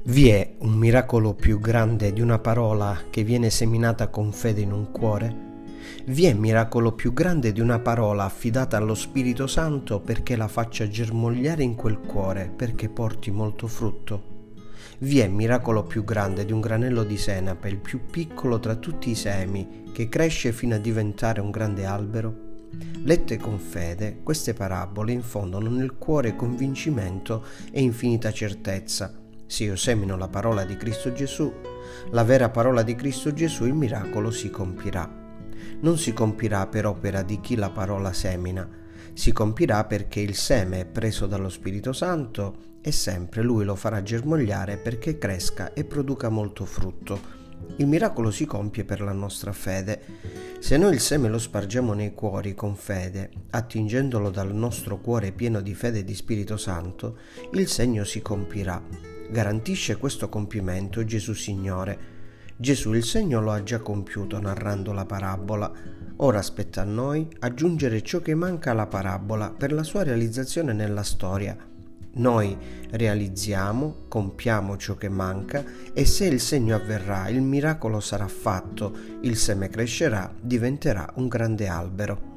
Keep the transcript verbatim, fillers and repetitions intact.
Vi è un miracolo più grande di una parola che viene seminata con fede in un cuore? Vi è miracolo più grande di una parola affidata allo Spirito Santo perché la faccia germogliare in quel cuore, perché porti molto frutto? Vi è miracolo più grande di un granello di senape, il più piccolo tra tutti i semi, che cresce fino a diventare un grande albero? Lette con fede, queste parabole infondono nel cuore convincimento e infinita certezza. Se io semino la parola di Cristo Gesù, la vera parola di Cristo Gesù, il miracolo si compirà. Non si compirà per opera di chi la parola semina, si compirà perché il seme è preso dallo Spirito Santo e sempre Lui lo farà germogliare perché cresca e produca molto frutto. Il miracolo si compie per la nostra fede. Se noi il seme lo spargiamo nei cuori con fede, attingendolo dal nostro cuore pieno di fede e di Spirito Santo, il segno si compirà. Garantisce questo compimento Gesù Signore. Gesù il segno lo ha già compiuto narrando la parabola. Ora aspetta a noi aggiungere ciò che manca alla parabola per la sua realizzazione nella storia. Noi realizziamo, compiamo ciò che manca e se il segno avverrà, il miracolo sarà fatto, il seme crescerà, diventerà un grande albero.